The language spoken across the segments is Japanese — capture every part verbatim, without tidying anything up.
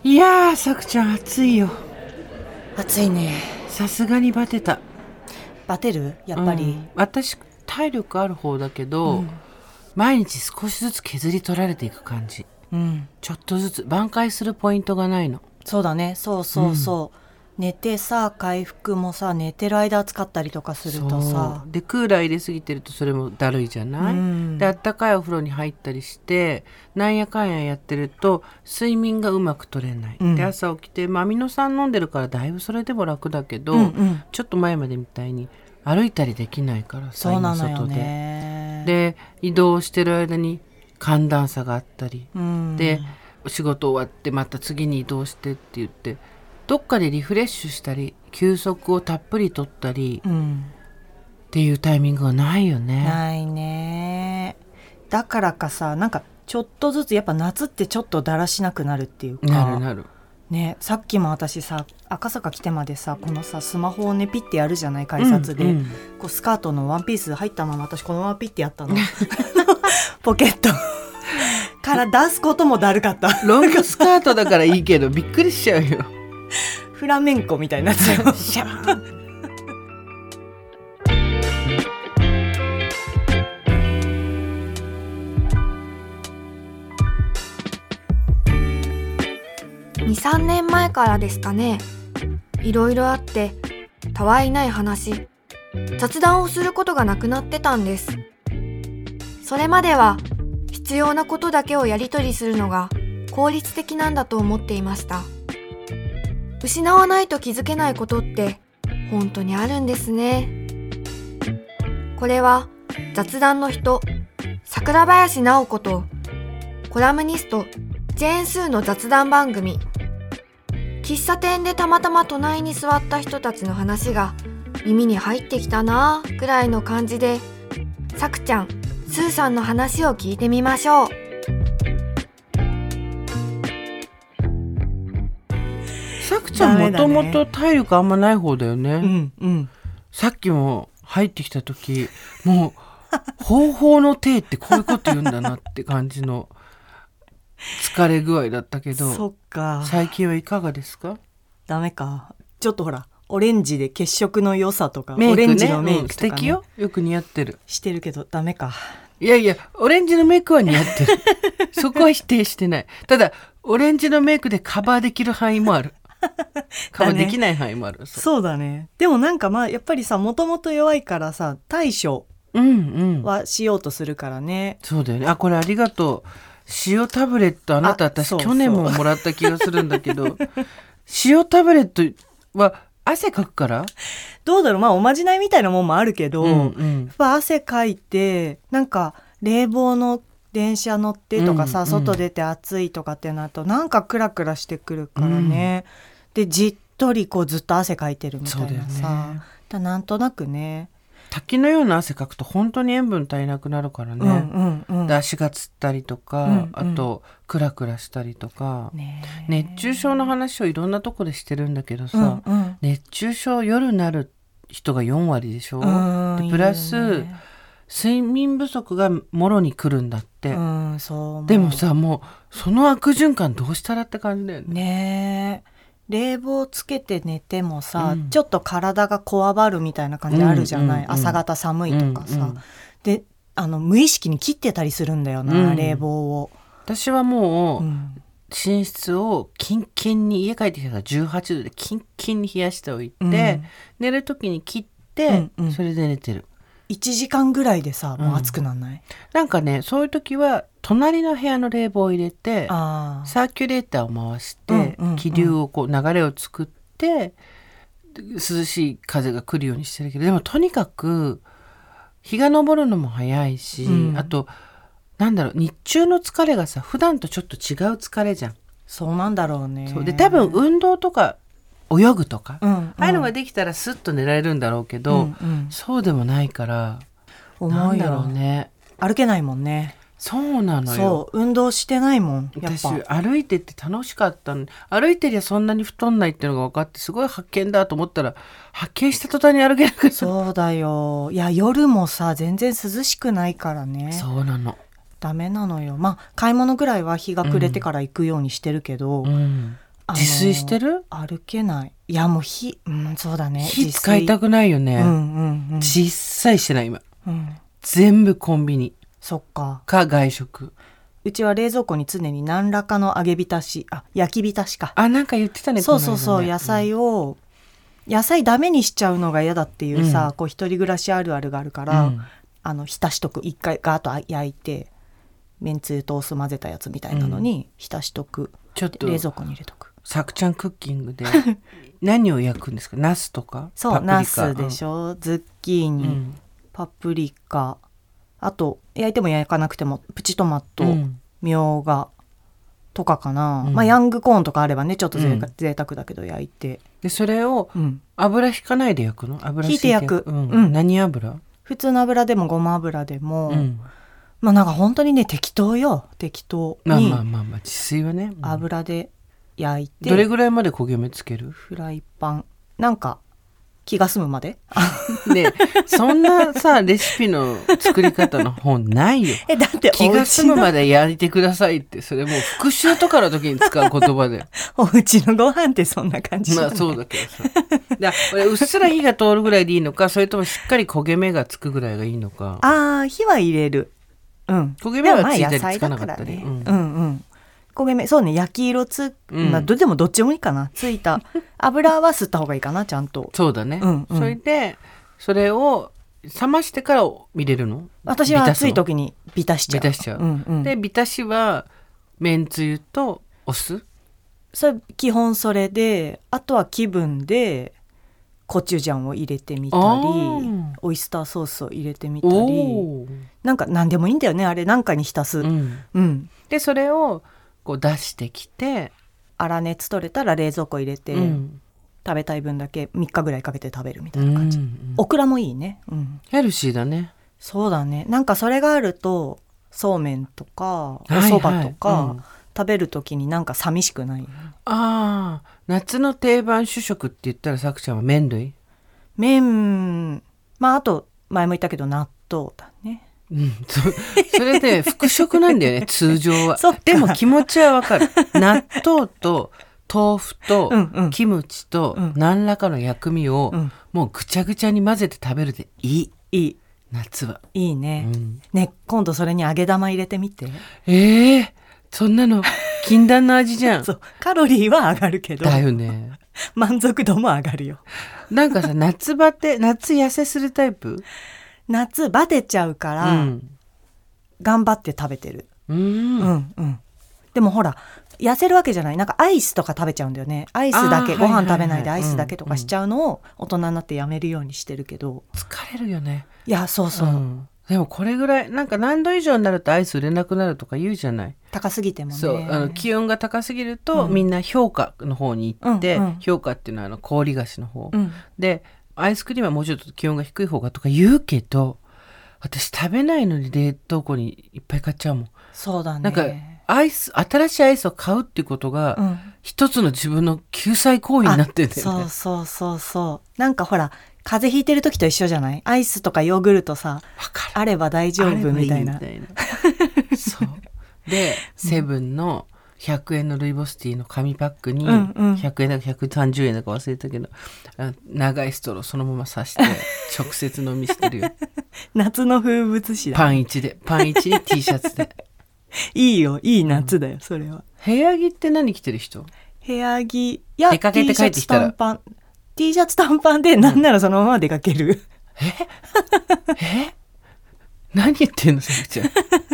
いやー、さくちゃん暑いよ。 暑いね。 さすがにバテた。 バテるやっぱり、うん、 私体力ある方だけど、うん、毎日少しずつ削り取られていく感じ、うん、ちょっとずつ挽回するポイントがないの。 そうだね、そうそうそう、うん、寝てさ、回復もさ、寝てる間使ったりとかするとさ、 でクーラー入れすぎてるとそれもだるいじゃない、うん、であったかいお風呂に入ったりしてなんやかんややってると睡眠がうまく取れない、うん、で朝起きて、まあ、アミノ酸飲んでるからだいぶそれでも楽だけど、うんうん、ちょっと前までみたいに歩いたりできないからさ、 そうなのよね。 で移動してる間に寒暖差があったり、うん、で仕事終わってまた次に移動してって言ってどっかでリフレッシュしたり休息をたっぷり取ったり、うん、っていうタイミングがないよね。 ないね。だからかさ、なんかちょっとずつやっぱ夏ってちょっとだらしなくなるっていうか、 なるなるね、さっきも私さ赤坂来てまでさこのさスマホをねピッてやるじゃない、改札で、うんうん、こうスカートのワンピース入ったまま私このままピッてやったのポケットから出すこともだるかった。 ロングスカートだからいいけどびっくりしちゃうよ。 フラメンコみたいになっちゃうシャーン。 にさんねんまえからですかね。いろいろあってたわいない話、雑談をすることがなくなってたんです。それまでは必要なことだけをやり取りするのが効率的なんだと思っていました。失わないと気づけないことって本当にあるんですね。これは雑談の人、桜林直子とコラムニストジェーン・スーの雑談番組。喫茶店でたまたま隣に座った人たちの話が耳に入ってきたなぁくらいの感じで、さくちゃん、スーさんの話を聞いてみましょう。 さくちゃんもともと体力あんまない方だよね。うんうん、さっきも入ってきた時もう方法の手ってこういうこと言うんだなって感じの疲れ具合だったけど、 そっか、 最近はいかがですか？ ダメか、ちょっとほらオレンジで血色の良さとか、 メイクね、 オレンジのメイクとか、ね、 うん、素敵よ、よく似合ってるしてるけどダメか。 いやいや、オレンジのメイクは似合ってるそこは否定してない。ただオレンジのメイクでカバーできる範囲もあるカバーできない範囲もある。 そう、そうだね。でもなんかまあやっぱりさ、もともと弱いからさ、対処はしようとするからね、 うんうん、そうだよね。あ、これありがとう。塩タブレット、あなた、私そうそう去年ももらった気がするんだけど塩タブレットは汗かくから？ どうだろう、まあおまじないみたいなもんもあるけど、うんうん、やっぱ汗かいてなんか冷房の電車乗ってとかさ、うんうん、外出て暑いとかってなるとなんかクラクラしてくるからね、うん、でじっとりこうずっと汗かいてるみたいなさ、ね、だなんとなくね、 滝のような汗かくと本当に塩分足りなくなるからね、うんうんうん、で足がつったりとか、うんうん、あとクラクラしたりとか、ね、熱中症の話をいろんなとこでしてるんだけどさ、うんうん、熱中症夜なる人がよんわりでしょ、うん、でプラスいいね、睡眠不足がもろに来るんだって、うん、そうでもさ、もうその悪循環どうしたらって感じだよね。 ねえ、冷房つけて寝てもさ、うん、ちょっと体がこわばるみたいな感じあるじゃない、うんうんうん、朝方寒いとかさ、うんうん、であの無意識に切ってたりするんだよな、うん、冷房を。私はもう、うん、寝室をキンキンに、家帰ってきたらじゅうはちどでキンキンに冷やしておいて、うん、寝る時に切って、うんうん、それで寝てる。 いちじかんぐらいでさ、もう暑くなんない？うん、 なんかね、そういう時は隣の部屋の冷房を入れてサーキュレーターを回して、うんうんうん、気流をこう流れを作って涼しい風が来るようにしてるけど、でもとにかく日が昇るのも早いし、うん、あとなんだろう、日中の疲れがさ、普段とちょっと違う疲れじゃん。 そうなんだろうね。 そうで、多分運動とか泳ぐとか、うんうん、ああいうのができたらスッと寝られるんだろうけど、うんうん、そうでもないからなんだろうね、 歩けないもんね。 そうなのよ。 そう、運動してないもん。やっぱ私歩いてって楽しかったの。歩いてりゃそんなに太んないっていうのが分かってすごい発見だと思ったら、発見した途端に歩けなくなった。 そうだよ。いや夜もさ全然涼しくないからね。 そうなの、 ダメなのよ。まあ買い物ぐらいは日が暮れてから行くようにしてるけど、うんうん、 自炊してる？ 歩けない。いやもう火、うん、そうだね。 火使いたくないよね。 うんうんうん、 実際してない今、 うん、 全部コンビニ。 そっか。 か外食。 うちは冷蔵庫に常に何らかの揚げ浸し、あ、焼き浸しか。 あ、なんか言ってたね。 そうそうそう、ね、野菜を、うん、野菜ダメにしちゃうのが嫌だっていうさ、うん、こう一人暮らしあるあるがあるから、うん、あの浸しとく。一回ガーッと焼いてめんつゆとお酢混ぜたやつみたいなのに浸しとく、うん、 ちょっと冷蔵庫に入れとく。 さくちゃんクッキングで何を焼くんですか？ナスとか？ そう、ナスでしょ、うん、ズッキーニ、うん、パプリカ、あと焼いても焼かなくてもプチトマト、うんみょうがとかかな、うん、まあヤングコーンとかあればねちょっとぜい、うん、贅沢だけど焼いて、 でそれを油引かないで焼くの？油引いて焼く、 うんうん、何油？ 普通の油でもごま油でも、うん、まあなんか本当にね適当よ、適当に、 まあまあまあまあ自炊はね、 うん、油で焼いて。 どれぐらいまで焦げ目つける？ フライパンなんか気が済むまでね、そんなさレシピの作り方の本ないよ。 えだって気が済むまで焼いてくださいって、それもう復習とかの時に使う言葉でおうちのご飯ってそんな感じじゃない？ まあそうだけどさだこれうっすら火が通るぐらいでいいのか、それともしっかり焦げ目がつくぐらいがいいのか。 あー火は入れる、うん、 焦げ目がついたりつかなかったり、 ね、うん、うんうん焦げ目そうね、焼き色つ、うんまあ、どでもどっちもいいかな、ついた油は吸った方がいいかなちゃんと。 そうだね、うんうん、それでそれを冷ましてから見れるの？ 私は暑い時に浸しちゃう。 浸しちゃう、うんうん、で浸しはめんつゆとお酢？ それ基本それで、あとは気分でコチュジャンを入れてみたりオイスターソースを入れてみたり、なんか何でもいいんだよねあれ、なんかに浸す、うんうん、 でそれをこう出してきて粗熱取れたら冷蔵庫入れて、うん、食べたい分だけみっかぐらいかけて食べるみたいな感じ、うんうん、オクラもいいね、うん、 ヘルシーだね。 そうだね、なんかそれがあるとそうめんとかお蕎麦とか、はいはいうん、食べる時になんか寂しくない、ね、 ああ夏の定番主食って言ったらさくちゃんは麺類？ 麺、まああと前も言ったけど納豆だね。 うん、そ, それで副食なんだよね通常は。でも気持ちはわかる。納豆と豆腐とキムチと何らかの薬味をもうぐちゃぐちゃに混ぜて食べるでいい、いい夏はいいね、うん、ね今度それに揚げ玉入れてみて。 えー、そんなの禁断の味じゃんそうカロリーは上がるけどだよね満足度も上がるよ。 なんかさ夏バテ夏痩せするタイプ？ 夏バテちゃうから、うん、頑張って食べてる、うんうんうん、でもほら痩せるわけじゃない、なんかアイスとか食べちゃうんだよね。アイスだけご飯食べないでアイスだけとかしちゃうのを大人になってやめるようにしてるけど、 疲れるよね。 いやそうそう、うん、 でもこれぐらいなんか何度以上になるとアイス売れなくなるとか言うじゃない。 高すぎてもね。 そうあの気温が高すぎると、うん、みんな評価の方に行って、うんうん、評価っていうのはあの氷菓子の方、うん、でアイスクリームはもうちょっと気温が低い方がとか言うけど、私食べないのに冷凍庫にいっぱい買っちゃうもん。 そうだね。 なんかアイス新しいアイスを買うっていうことが、うん、一つの自分の救済行為になってるんだよね。 そうそうそうそう。なんかほら風邪ひいてる時と一緒じゃない？アイスとかヨーグルトさあれば大丈夫みたいな。いいみたいなそうでセブンのひゃくえんのルイボスティーの紙パックにひゃくえんだかひゃくさんじゅうえんだか忘れたけど、長いストローそのまま刺して直接飲みしてるよ夏の風物詩だ。 パンいちでパンいちに T シャツでいいよいい夏だよ、うん、それは。 部屋着って何着てる人？ 部屋着いや出かけて帰ってきたら T シャツ短パン T シャツ短パンでなんならそのまま出かける、うん、 ええ何言ってんのさくちゃん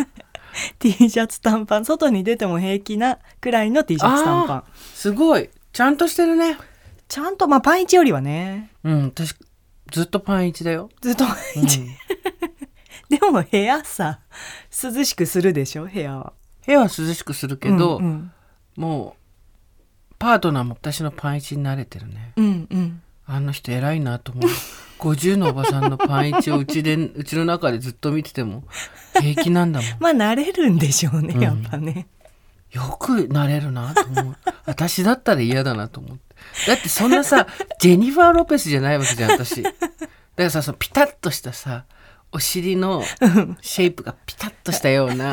T シャツ短パン外に出ても平気なくらいの T シャツ短パン。 すごいちゃんとしてるね。 ちゃんとまあパンいちよりはね。 うん私ずっとパンいちだよ。 ずっとパンいち、うん、でも部屋さ涼しくするでしょ。部屋は部屋は涼しくするけど、うんうん、もうパートナーも私のパンいちに慣れてるね、うんうん、あの人偉いなと思うごじゅうのおばさんのパンいちをうちでうちの中でずっと見てても平気なんだもんまあ慣れるんでしょうね、うん、やっぱね。 よく慣れるなと思う私だったら嫌だなと思って。だってそんなさジェニファー・ロペスじゃないわけじゃん私。だからさそのピタッとしたさお尻のシェイプがピタッとしたような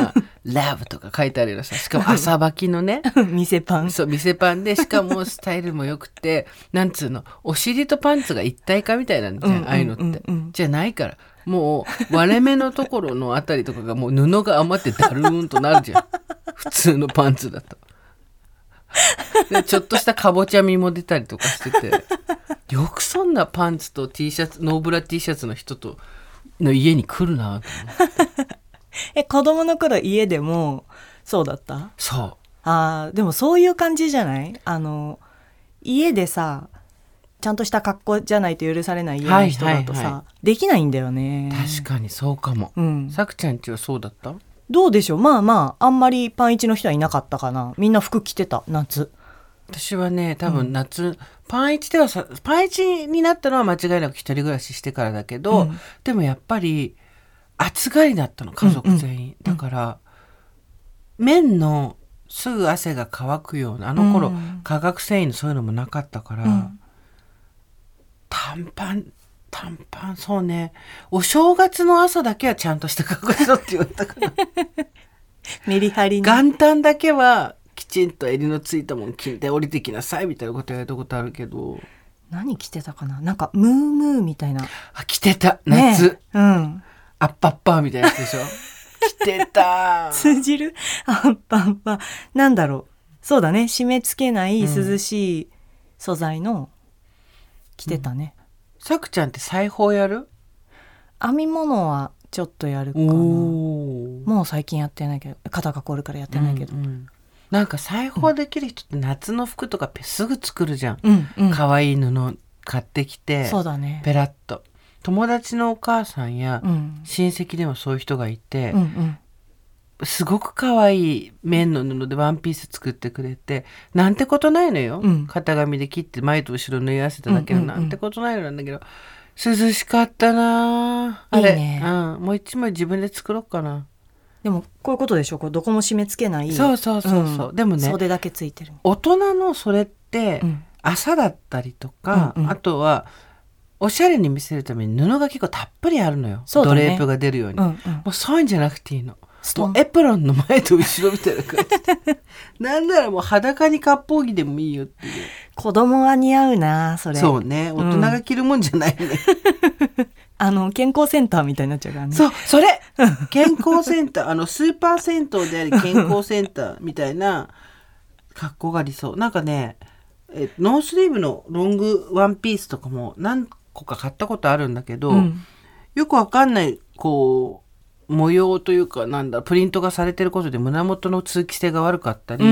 ラブとか書いてあるよさ、しかも朝履きのね店パン、 そう店パンで、しかもスタイルも良くてなんつうの、お尻とパンツが一体化みたいなんじゃん、ああいうのって、うんうんうん、じゃないから、もう割れ目のところのあたりとかがもう布が余ってダルーンとなるじゃん普通のパンツだと。でちょっとしたかぼちゃ身も出たりとかしてて、よくそんなパンツと T シャツ、ノーブラ T シャツの人との家に来るなと思ってえ、子供の頃家でもそうだった？ そう。 あ、でもそういう感じじゃない？あの家でさ、ちゃんとした格好じゃないと許されない家の人だとさ、はいはいはい、できないんだよね。 確かにそうかも、うん、さくちゃんちはそうだった？ どうでしょう。まあまああんまりパンイチの人はいなかったかな。みんな服着てた、夏。 私はね多分夏、うん、パンイチではさ、パンイチになったのは間違いなく一人暮らししてからだけど、うん、でもやっぱり暑がりだったの、家族全員、うんうん、だから綿のすぐ汗が乾くような、あの頃、うん、化学繊維のそういうのもなかったから、うん、短パン短パン、そうね、お正月の朝だけはちゃんとした格好しろって言われたからメリハリの元旦だけはきちんと襟のついたもん着て降りてきなさいみたいなこと言われたことあるけど、 何着てたかな、なんかムームーみたいな、 あ、着てた夏、 ね、うん、 アッパッパーみたいなやつでしょ着てた通じるアッパッパー、なんだろう、そうだね、締め付けない涼しい素材の着てたね、 うん、さくちゃんって裁縫やる？ 編み物はちょっとやるかな。もう最近やってないけど、肩が凝るからやってないけど、うんうん、 なんか裁縫できる人って夏の服とかすぐ作るじゃん、 うんうん、 かわいい布買ってきて、 そうだね、 ペラッと。友達のお母さんや親戚でもそういう人がいて、うんうん、すごくかわいい綿の布でワンピース作ってくれて、なんてことないのよ、うん、型紙で切って前と後ろ縫い合わせただけの、うんうんうん、なんてことないのなんだけど、涼しかったなあれ。いいね、うん、もう一枚自分で作ろうかな。 でもこういうことでしょ、こうどこも締め付けない。 そうそうそうそう、うん、でもね、 袖だけついてる。 大人のそれって朝だったりとか、うんうん、あとはおしゃれに見せるために布が結構たっぷりあるのよ、ね、ドレープが出るように、うんうん、もうそういうんじゃなくていいの。もうエプロンの前と後ろみたいな感じなんならもう裸に割烹着でもいいよっていう。 子供は似合うなそれ。 そうね、大人が着るもんじゃないね、 うん、あの健康センターみたいになっちゃうからね。 そう、それ健康センター、あのスーパー銭湯であり健康センターみたいな格好がありそう。なんかね、えノースリーブのロングワンピースとかも何個か買ったことあるんだけど、うん、よくわかんないこう模様というか、なんだプリントがされてることで胸元の通気性が悪かったり、うん、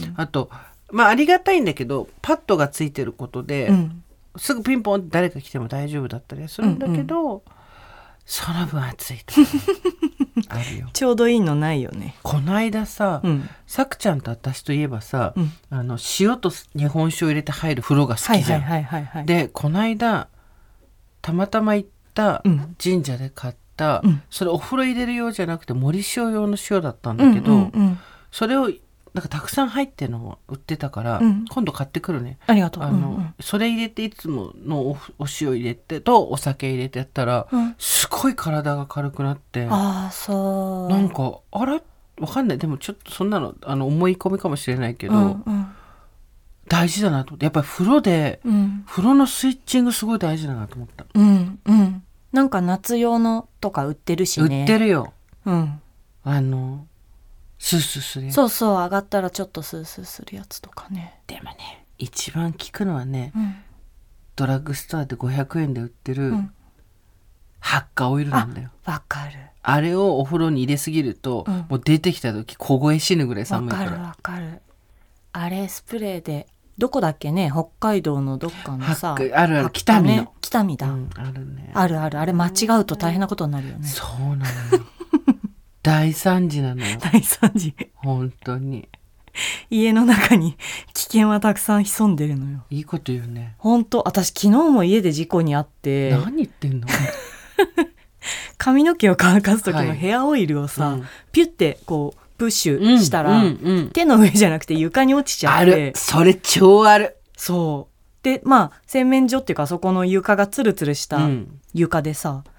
あとまあありがたいんだけどパッドがついてることで、うん、すぐピンポンって誰か来ても大丈夫だったりするんだけど、うんうん、その分暑いとあるよ。 ちょうどいいのないよね。 この間さ、うん、さくちゃんと私といえばさ、うん、あの塩と日本酒を入れて入る風呂が好きじゃん、はいはいはいはい、でこの間たまたま行った神社で買った、うん、それお風呂入れる用じゃなくて森塩用の塩だったんだけど、うんうんうん、それをなんかたくさん入ってるのを売ってたから、うん、今度買ってくるね。 ありがとう。 あの、うんうん、それ入れていつもの お, お塩入れてとお酒入れてやったら、うん、すごい体が軽くなって、 あ、そうなんかあらわかんない、でもちょっとそんなのあの思い込みかもしれないけど、うんうん、大事だなと思って、やっぱり風呂で、うん、風呂のスイッチングすごい大事だなと思った、 うんうん、なんか夏用のとか売ってるしね。 売ってるよ、 うん、 あのスースーするやつ。 そうそう、上がったらちょっとスースーするやつとかね。 でもね、一番効くのはね、うん、ドラッグストアでごひゃくえんで売ってる、うん、発火オイルなんだよ。 わかる。 あれをお風呂に入れすぎると、うん、もう出てきた時凍え死ぬぐらい寒いから。 わかるわかる。あれスプレーでどこだっけね、北海道のどっかのさ、 あるある、北見の北見だ、 うん、あるね、 あるある。あれ間違うと大変なことになるよね。 そうなのよ大惨事なのよ。 大惨事。 本当に。 家の中に危険はたくさん潜んでるのよ。 いいこと言うね。 本当、私昨日も家で事故に遭って。 何言ってんの髪の毛を乾かす時のヘアオイルをさ、はい、うん、ピュッてこうプッシュしたら、うんうんうん、手の上じゃなくて床に落ちちゃって。 ある、それ超ある。 そうで、まあ洗面所っていうかそこの床がツルツルした床でさ、うん、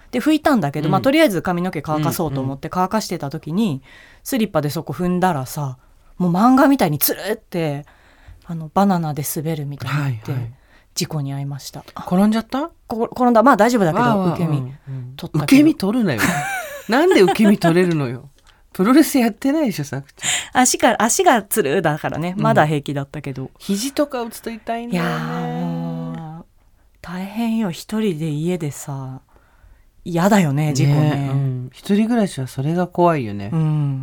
で拭いたんだけど、うんまあ、とりあえず髪の毛乾かそうと思って乾かしてた時に、うんうん、スリッパでそこ踏んだらさもう漫画みたいにつるってあのバナナで滑るみたいになって、はいはい、事故に遭いました。 転んじゃった？ こ転んだ。まあ大丈夫だけど受け身、うんうん、 取ったけど受け身取るなよなんで受け身取れるのよプロレスやってないでしょさくちゃん。 足から足がつるだからね、まだ平気だったけど、うん、 肘とか打つと痛いんだよね。いやもう大変よ、一人で家でさ嫌だよね事故 ね, ね、 うん、一人暮らしはそれが怖いよね、 うん、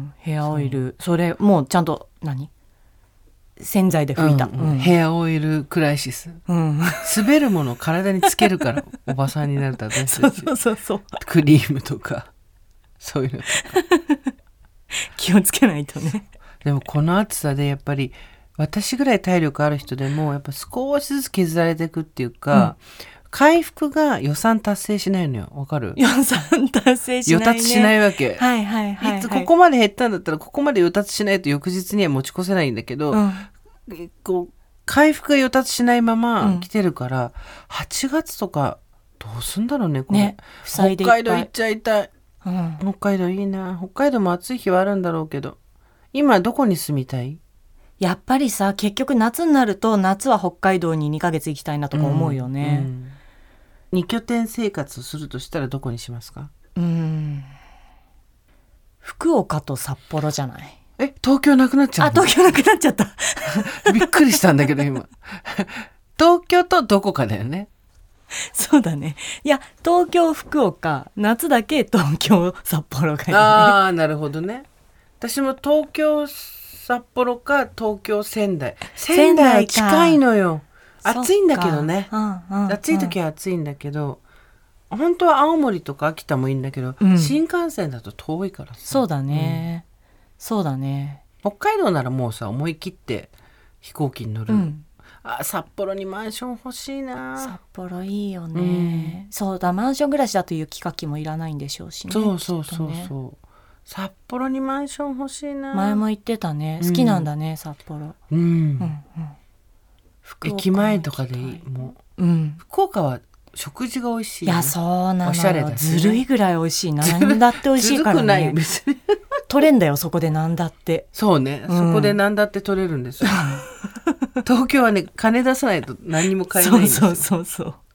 ヘアオイル そ, それもうちゃんと何洗剤で拭いた、 うんうん、ヘアオイルクライシス、うん、滑るものを体につけるからおばさんになると私たちそうそうそうクリームとかそういうのとか気をつけないとね。 でもこの暑さでやっぱり私ぐらい体力ある人でもやっぱ少しずつ削られていくっていうか、うん回復が予算達成しないのよ。わかる？ 予算達成しないね。 予達しないわけ。 はいはいはい、はい。 いつここまで減ったんだったらここまで予達しないと翌日には持ち越せないんだけど、うん、こう回復が予達しないまま来てるから、うん、はちがつとかどうすんだろうねこれ。ね、北海道行っちゃいたい、うん。北海道いいな。北海道も暑い日はあるんだろうけど、今どこに住みたい？ やっぱりさ結局夏になると夏は北海道ににかげつ行きたいなとか思うよね。うんうん二拠点生活をするとしたらどこにしますか？ うーん福岡と札幌じゃない？ え東京なくなっちゃうの？ あ東京なくなっちゃったびっくりしたんだけど今東京とどこかだよね。 そうだね。いや東京福岡夏だけ東京札幌がいいね。 ああなるほどね。私も東京札幌か東京仙台仙台近いのよ。暑いんだけどね、うんうんうん、暑い時は暑いんだけど本当は青森とか秋田もいいんだけど、うん、新幹線だと遠いからさ。 そうだね、うん、そうだね。 北海道ならもうさ思い切って飛行機に乗る、うん、あ札幌にマンション欲しいな。 札幌いいよね、うん、そうだマンション暮らしだと雪かきもいらないんでしょうしね。 そうそうそうそう、ね、札幌にマンション欲しいな。 前も言ってたね。好きなんだね、うん、札幌、うんうんうん駅前とかでいいもう、うん、福岡は食事が美味しい、ね、 いやそうなのよ。 おしゃれだし、ね、 ずるいぐらい美味しい。何だって美味しいからね。ずるくない別に取れんだよそこで何だって。 そうね、うん、そこで何だって取れるんですよ東京はね金出さないと何にも買えないんですよ。 そうそうそうそう、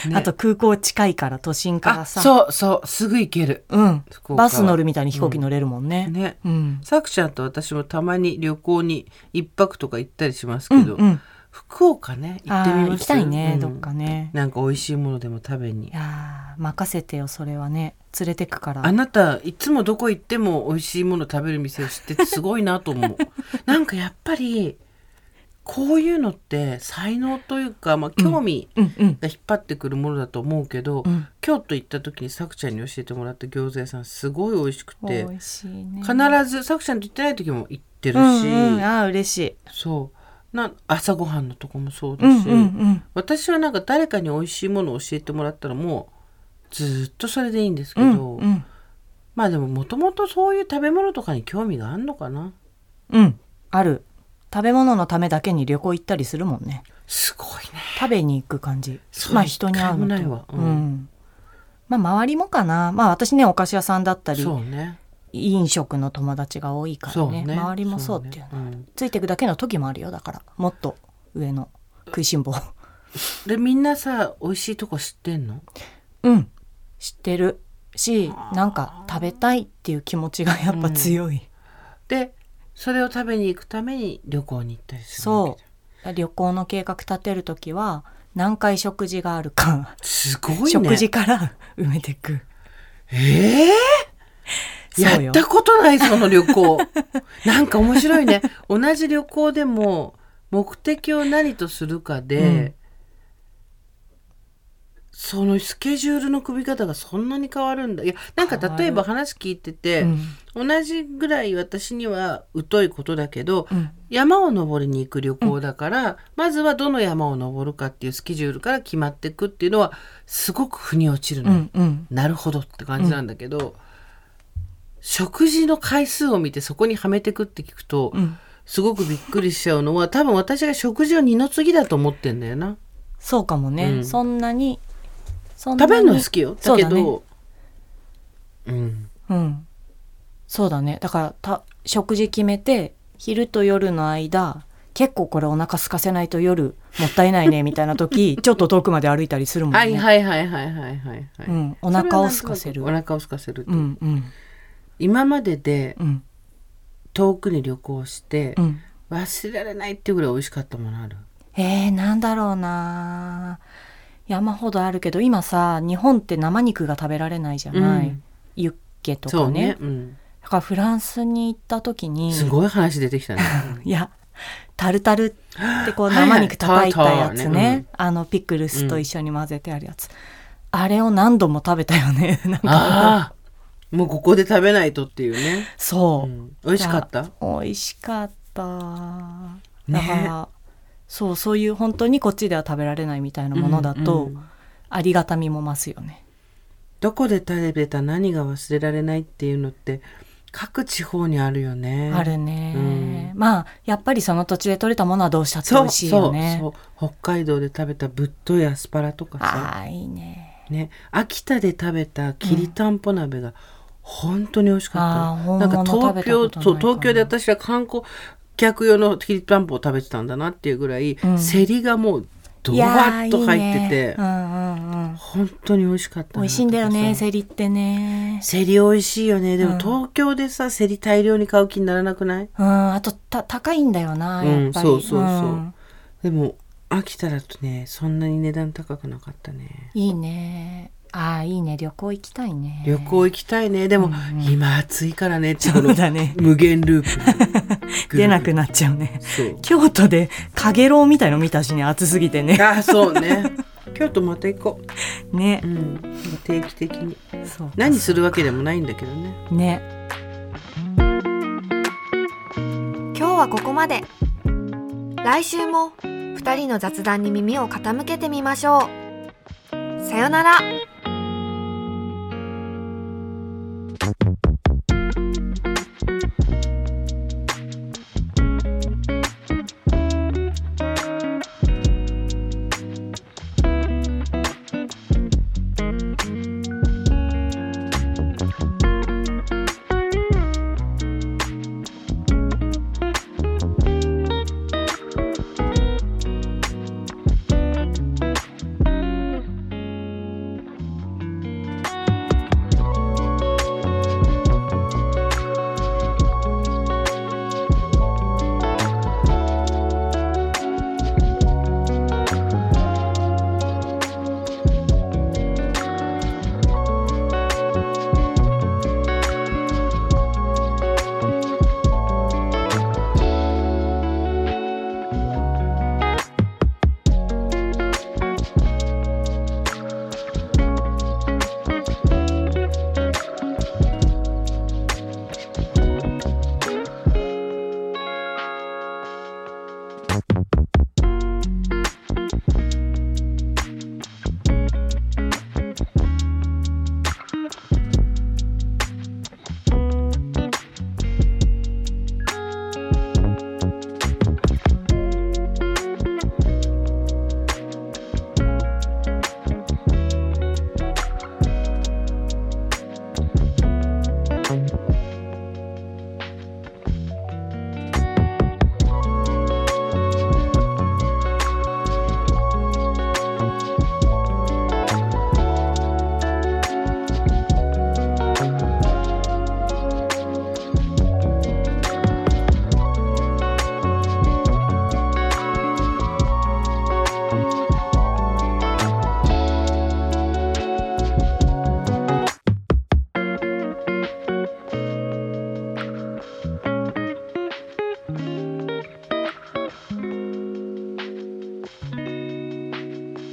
ね、あと空港近いから都心からさ。 そうそうすぐ行ける、うん、 バス乗るみたいに飛行機乗れるもんね、 うんねうん、さくちゃんと私もたまに旅行に一泊とか行ったりしますけど、うんうん福岡ね行ってみます。 行きたいね、うん、どっかね。 なんか美味しいものでも食べに。 いや任せてよそれはね。連れてくから。 あなたいつもどこ行っても美味しいもの食べる店を知っててすごいなと思うなんかやっぱりこういうのって才能というか、まあ、興味が引っ張ってくるものだと思うけど、うんうんうん、京都行った時にさくちゃんに教えてもらった餃子屋さんすごい美味しくて美味しい、ね、 必ずさくちゃんと行ってない時も行ってるし、 うんうん、あ嬉しい。 そうな朝ごはんのとこもそうだし、うんうんうん、私はなんか誰かに美味しいものを教えてもらったらもうずっとそれでいいんですけど、うんうん、まあでももともとそういう食べ物とかに興味があるのかな。 うんある。食べ物のためだけに旅行行ったりするもんね。 すごいね。 食べに行く感じ。まあ人に会うのとないわ、うんうん、まあ周りもかな。まあ私ねお菓子屋さんだったりそうね飲食の友達が多いから ね, ね周りもそうっていうのは、ねうん、ついていくだけの時もあるよ。だからもっと上の食いしん坊でみんなさ美味しいとこ知ってんの？ うん知ってるしなんか食べたいっていう気持ちがやっぱ強い、うん、 でそれを食べに行くために旅行に行ったりするわけ。 そう旅行の計画立てるときは何回食事があるかすごいね。 食事から埋めていく。 えーやったことないその旅行なんか面白いね同じ旅行でも目的を何とするかで、うん、そのスケジュールの組み方がそんなに変わるんだ。いやなんか例えば話聞いてて、うん、同じぐらい私には疎いことだけど、うん、山を登りに行く旅行だから、うん、まずはどの山を登るかっていうスケジュールから決まっていくっていうのはすごく腑に落ちるの、うんうん、なるほどって感じなんだけど、うん食事の回数を見てそこにはめてくって聞くと、うん、すごくびっくりしちゃうのは多分私が食事を二の次だと思ってんだよな。 そうかもね、うん、そんなにそんなに食べるのは好きよ。だけど、 そううん、 うん、そうだね。だからた食事決めて昼と夜の間結構これお腹空かせないと夜もったいないねみたいな時ちょっと遠くまで歩いたりするもんね。 はいはいはいはいはいはいはい、 うん、お腹を空かせる。 お腹を空かせると、 うんうん、 今まででうん、 遠くに旅行して、 うん、 忘れられないっていうぐらい美味しかったものある？ えー、なんだろうな。山ほどあるけど今さ日本って生肉が食べられないじゃない、うん、ユッケとかね。そうね、うん、だからフランスに行った時にすごい話出てきたねいやタルタルってこう生肉叩いたやつね、はいはいね、うん、あのピクルスと一緒に混ぜてあるやつ、うん、あれを何度も食べたよねなんかあもうここで食べないとっていうね。 そう、うん、 美味しかった？ 美味しかっただから、ね、そうそういう本当にこっちでは食べられないみたいなものだと、うんうん、ありがたみも増すよね。 どこで食べた何が忘れられないっていうのって各地方にあるよね。 あるね、うん、まあやっぱりその土地で採れたものはどうしたって美味しいよね。 そうそうそう、北海道で食べたぶっといアスパラとかさ、 あいいね。 ね、秋田で食べたきりたんぽ鍋が本当に美味しかった、うん、なんか東京そう東京で私は観光客用のきりたんぽを食べてたんだなっていうぐらい、うん、セリがもうドワッと入ってていい、ね、うんうんうん、本当に美味しかった。 美味しいんだよねセリってね。 セリ美味しいよね。でも東京でさ、うん、セリ大量に買う気にならなくない？ うん、あとた高いんだよなやっぱり、 うん、そうそうそう、うん、でも秋田だとねそんなに値段高くなかったね。 いいね。ああいいね、旅行行きたいね。 旅行行きたいね。でも、うんうん、今暑いからね、 そうだね、 無限ループ出なくなっちゃうね。京都でかげろうみたいの見たしね、暑すぎてね。 あそうね京都また行こうね、 うん、定期的に。そう何するわけでもないんだけどね。 ね。 今日はここまで。来週もふたりの雑談に耳を傾けてみましょう。さよなら。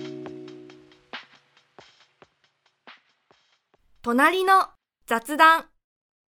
隣の雑談。